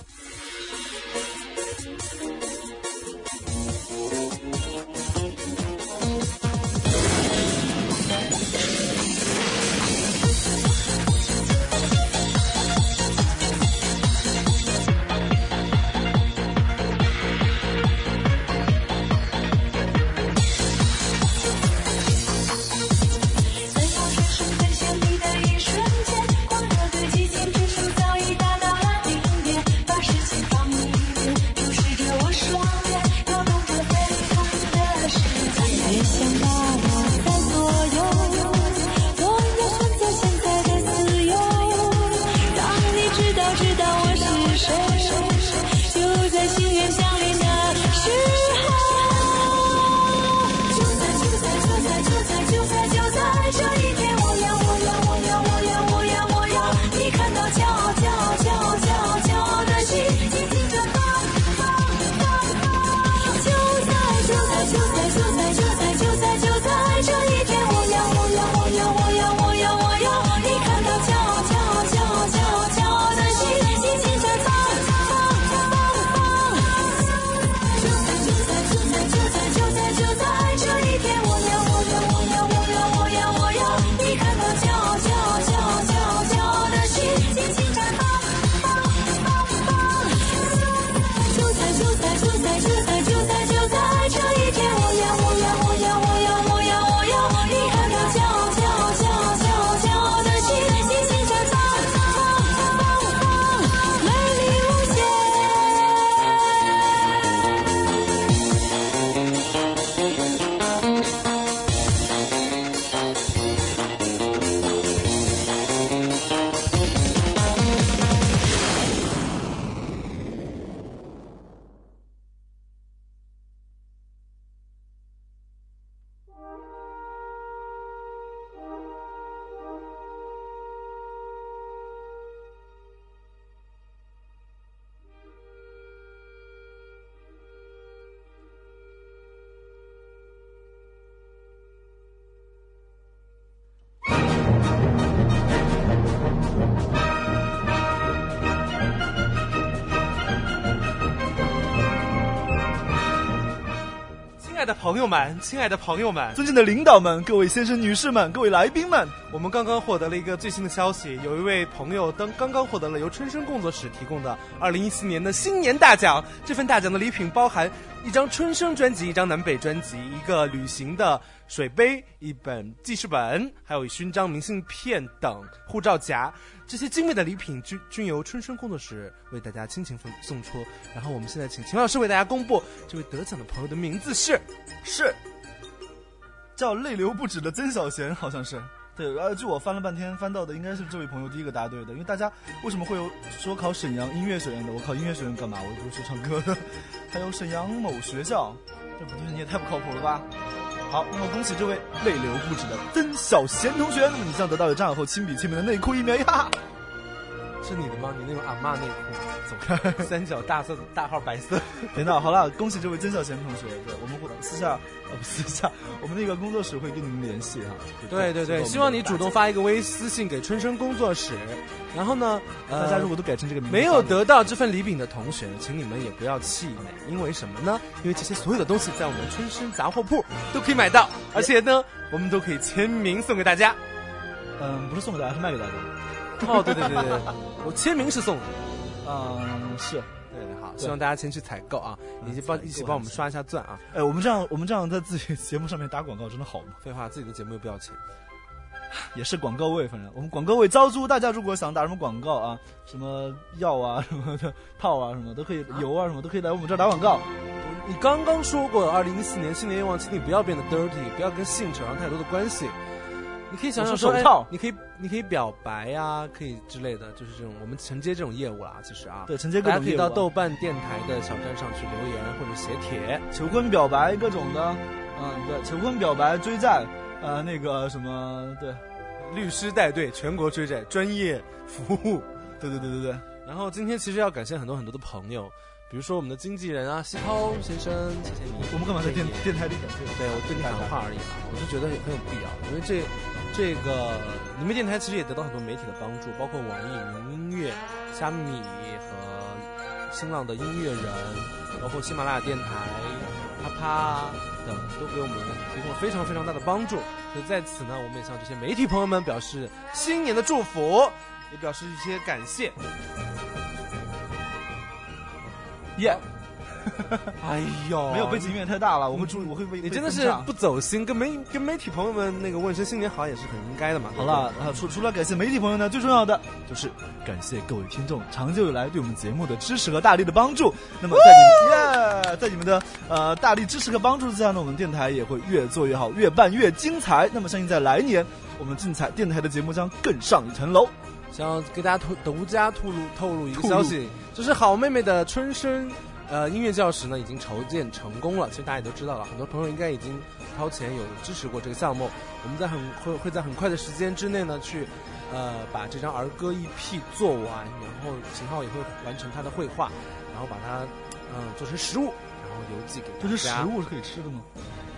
亲爱的朋友们，亲爱的朋友们， 尊敬的领导们，各位先生女士们，各位来宾们， 我们刚刚获得了一个最新的消息，有一位朋友当刚刚获得了由春生工作室提供的二零一四年的新年大奖。这份大奖的礼品包含一张春生专辑，一张南北专辑，一个旅行的水杯，一本记事本，还有勋章、明信片等护照夹。这些精美的礼品均均由春生工作室为大家倾情送出。然后我们现在请秦老师为大家公布这位得奖的朋友的名字是是叫泪流不止的曾小贤，好像是。对，然后据我翻了半天，翻到的应该是这位朋友第一个答对的。因为大家为什么会有说考沈阳音乐学院的？我考音乐学院干嘛？我又不是唱歌的。 还有沈阳某学校，这不就是你也太不靠谱了吧？好，那么恭喜这位泪流不止的曾小贤同学，那么你将得到有战友后亲笔签名的内裤一枚哈。 是你的吗？你那种阿嬷内裤，走开！三角大色大号白色。 别闹，好了，恭喜这位曾小贤同学，对我们会私下呃不私下，我们那个工作室会跟您联系哈。 对对对，希望你主动发一个微私信给春生工作室。然后呢，呃、 大家如果都改成这个名字， 没有得到这份礼品的同学，请你们也不要气馁，因为什么呢？因为这些所有的东西在我们春生杂货铺都可以买到，而且呢，我们都可以签名送给大家。 嗯，不是送给大家，是卖给大家。 哦，对对对对，我签名是送的。 嗯，是对，好，希望大家先去采购啊，以及帮一起帮我们刷一下钻啊。 哎，我们这样我们这样在自己节目上面打广告真的好吗？ 废话，自己的节目又不要钱。 也是广告位，反正我们广告位招租，大家如果想打什么广告啊，什么药啊什么的套啊什么都可以，油啊什么都可以来我们这儿打广告。 你刚刚说过二零一四年新年愿望，请你不要变得 dirty， 不要跟性扯上太多的关系。你可以想想说， 手套、 哎，你可以你可以表白啊，可以之类的，就是这种我们承接这种业务啦。其实啊， 对，承接各种业务、啊。 大家可以到豆瓣电台的小站上去留言或者写帖， 求婚表白各种的，嗯，对，求婚表白追债，呃，那个什么，对， 律师带队全国追债专业服务， 对对对对对。 然后今天其实要感谢很多很多的朋友。比如说我们的经纪人啊，西涛先生，谢谢你。 我们干嘛在电电台里感谢？ 对，我对你喊话而已嘛，我是觉得很有必要，因为这这个你们电台其实也得到很多媒体的帮助，包括网易云音乐、虾米和新浪的音乐人，包括喜马拉雅电台、啪啪等，都给我们提供了非常非常大的帮助。所以在此呢，我们也向这些媒体朋友们表示新年的祝福，也表示一些感谢。 耶、 yeah. 哎呦， 没有背景音乐太大了，我会注意，我会被你真的是不走心，跟媒跟媒体朋友们那个问声新年好也是很应该的嘛。 好了，啊，除除了感谢媒体朋友呢，最重要的就是感谢各位听众长久以来对我们节目的支持和大力的帮助。那么在你们耶，在你们的呃大力支持和帮助之下呢，我们电台也会越做越好，越办越精彩。那么相信在来年，我们精彩电台的节目将更上一层楼。 想要给大家独独家透露透露一个消息，就是好妹妹的春生呃音乐教室呢已经筹建成功了。其实大家也都知道了，很多朋友应该已经掏钱有支持过这个项目。我们在很会会在很快的时间之内呢去呃把这张儿歌 E P 做完，然后秦昊也会完成他的绘画，然后把它嗯、呃、做成实物，然后邮寄给大家。 这是实物是可以吃的吗？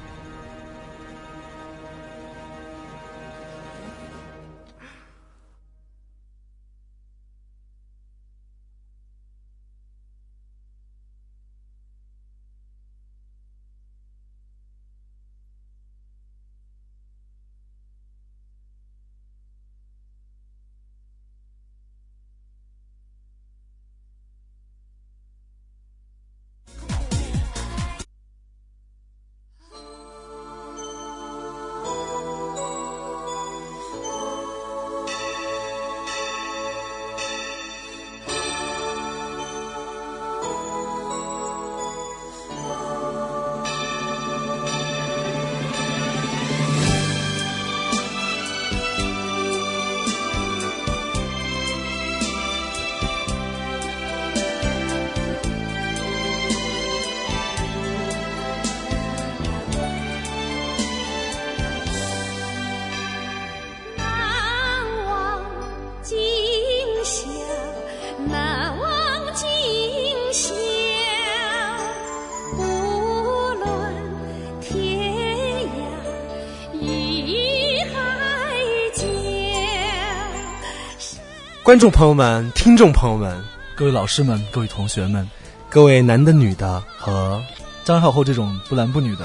观众朋友们，听众朋友们， 各位老师们，各位同学们， 各位男的女的和张浩后这种不男不女的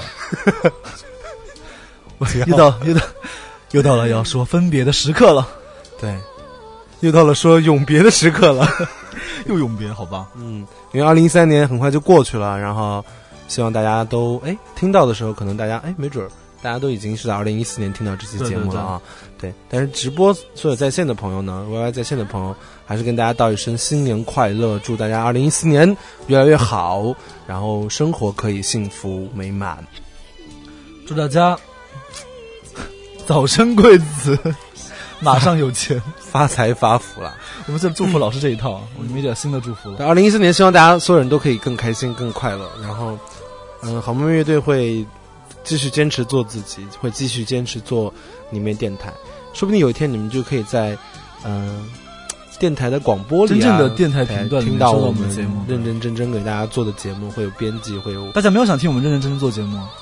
又到又到又到了要说分别的时刻了。 对，又到了说永别的时刻了又永别好吧。 嗯，因为二零一三年很快就过去了，然后希望大家都哎听到的时候，可能大家哎没准大家都已经是在二零一四年听到这期节目了啊。对, 对, 对，但是直播所有在线的朋友呢 ，Y Y 在线的朋友，还是跟大家道一声新年快乐，祝大家二零一四年越来越好，然后生活可以幸福美满， 祝大家早生贵子，马上有钱。 发财发福了。 我们这祝福老是这一套，我们有点新的祝福了。 二零一四年希望大家所有人都可以更开心更快乐，然后嗯，好妹妹乐队会继续坚持做自己，会继续坚持做里面电台，说不定有一天你们就可以在嗯、呃、电台的广播里、啊、 真正的电台频段里听到我们的节目， 认认真真给大家做的节目，会有编辑，会有大家没有想听我们认认真真做节目吗？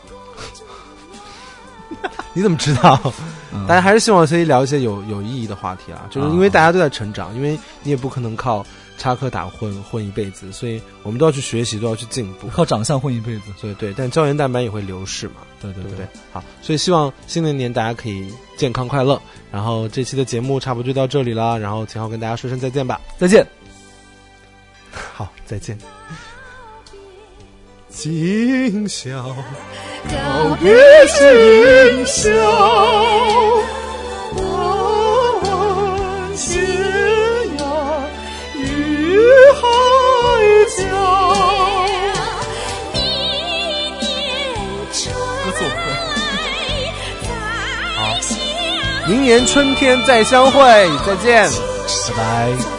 你怎么知道、 嗯、 大家还是希望可以聊一些有有意义的话题啊，就是因为大家都在成长、啊、因为你也不可能靠插科打诨混一辈子，所以我们都要去学习，都要去进步， 靠长相混一辈子。 对对，但胶原蛋白也会流逝嘛， 对对对, 对不对？好，所以希望新的一年大家可以健康快乐，然后这期的节目差不多就到这里了，然后秦昊跟大家说声再见吧。 再见。 好，再见。今宵告别今宵，万千涯与海角。明年春好，明年春天再相会，再见，拜拜。